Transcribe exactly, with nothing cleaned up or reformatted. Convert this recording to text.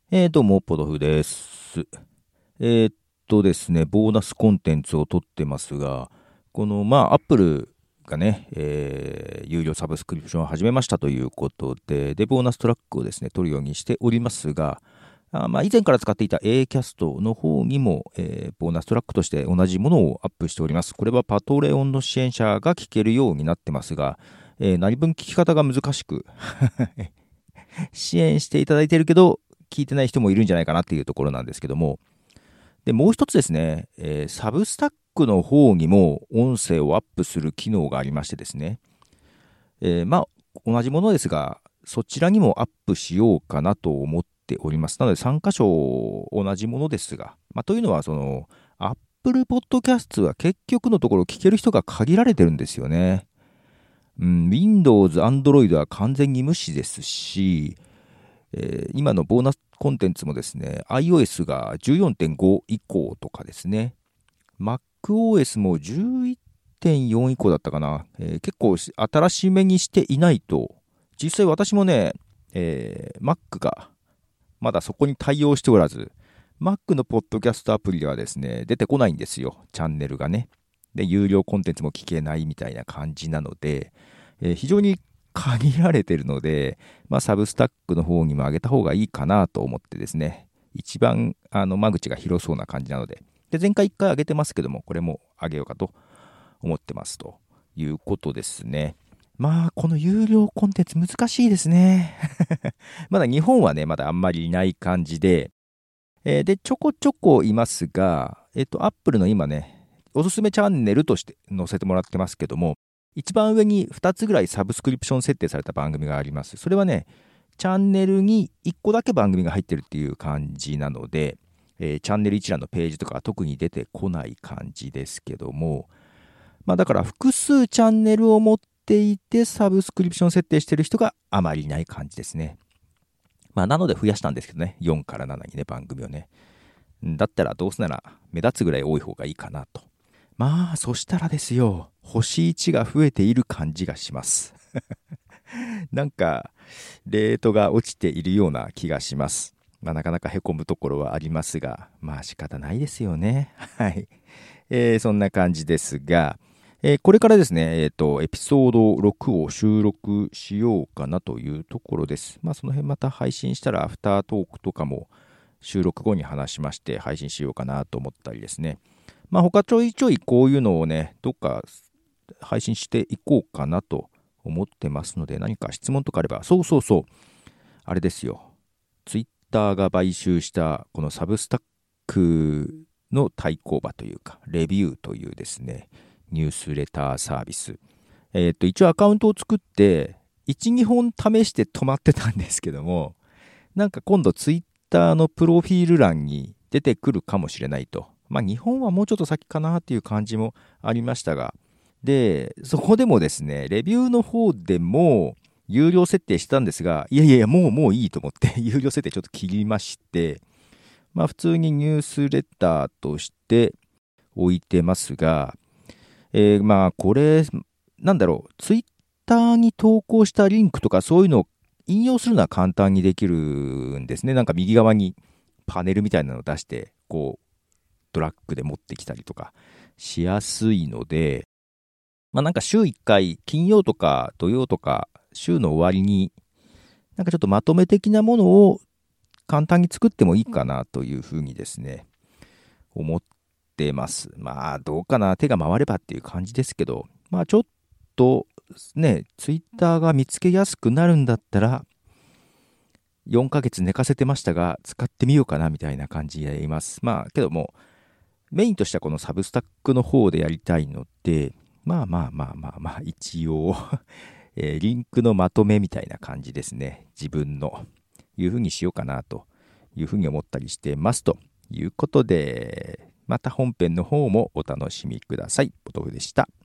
えー、どうも、ポトフです。えーっとですね、ボーナスコンテンツを取ってますが、この、まあ、アップルがね、えー有料サブスクリプションを始めましたということで、で、ボーナストラックをですね、取るようにしておりますが、あまあ、以前から使っていた エーキャスト の方にも、えーボーナストラックとして同じものをアップしております。これはパトレオンの支援者が聞けるようになってますが、えー何分聞き方が難しく支援していただいているけど、聞いてない人もいるんじゃないかなっていうところなんですけども、で、もう一つですね、えーサブスタックの方にも音声をアップする機能がありましてですね、えーまあ、同じものですが、そちらにもアップしようかなと思っております。なのでさん箇所同じものですが、まあ、というのは、その、Apple Podcast は結局のところ聞ける人が限られてるんですよね。うん、Windows、Android は完全に無視ですし、えー今のボーナスコンテンツもですね、iOS がじゅうよんてんご以降とかですね、MacOS もじゅういってんよん以降だったかな、えー結構新しめにしていないと、実際私もね、えー Mac がまだそこに対応しておらず、Mac のポッドキャストアプリではですね、出てこないんですよ、チャンネルがね。で、有料コンテンツも聞けないみたいな感じなので、えー非常に限られてるので、まあ、サブスタックの方にも上げた方がいいかなと思ってですね、一番あの間口が広そうな感じなので、で前回一回上げてますけども、これも上げようかと思ってますということですね。まあ、この有料コンテンツ難しいですね。まだ日本はね、まだあんまりいない感じで、えーで、ちょこちょこいますが、えっと、Apple の今ね、おすすめチャンネルとして載せてもらってますけども、一番上にふたつぐらいサブスクリプション設定された番組があります。それはね、チャンネルにいっこだけ番組が入ってるっていう感じなので、えーチャンネル一覧のページとかは特に出てこない感じですけども、まあだから複数チャンネルを持っていてサブスクリプション設定してる人があまりいない感じですね。まあなので増やしたんですけどね、よんからななにね、番組をね。だったらどうせなら目立つぐらい多い方がいいかなと。まあ、そしたらですよ、星いちが増えている感じがします。なんか、レートが落ちているような気がします。まあ、なかなかへこむところはありますが、まあ仕方ないですよね。はい。えーそんな感じですが、えーこれからですね、えっ、と、エピソードろくを収録しようかなというところです。まあ、その辺また配信したらアフタートークとかも収録後に話しまして配信しようかなと思ったりですね。まあ、他ちょいちょいこういうのをね、どっか配信していこうかなと思ってますので、何か質問とかあれば、そうそうそう、あれですよ。ツイッターが買収したこのサブスタックの対抗馬というか、レビューというですね、ニュースレターサービス。えっ、と、一応アカウントを作って、いち、にほん試して止まってたんですけども、なんか今度ツイッターのプロフィール欄に出てくるかもしれないと。まあ日本はもうちょっと先かなっていう感じもありましたが、で、そこでもですね、レビューの方でも有料設定したんですが、いやいやいや、もうもういいと思って有料設定ちょっと切りまして、まあ普通にニュースレターとして置いてますが、えーまあこれ、なんだろう、ツイッターに投稿したリンクとかそういうのを引用するのは簡単にできるんですね。なんか右側にパネルみたいなのを出して、こう、ドラッグで持ってきたりとかしやすいので、まあなんか週いっかい、金曜とか土曜とか、週の終わりに、なんかちょっとまとめ的なものを簡単に作ってもいいかなというふうにですね、思ってます。まあどうかな、手が回ればっていう感じですけど、まあちょっとね、ツイッターが見つけやすくなるんだったら、よんかげつ寝かせてましたが、使ってみようかなみたいな感じでいます。まあけども、メインとしてはこのサブスタックの方でやりたいので、まあまあまあまあまあ、一応えーリンクのまとめみたいな感じですね。自分の、いうふうにしようかなというふうに思ったりしてます。ということで、また本編の方もお楽しみください。ポトフでした。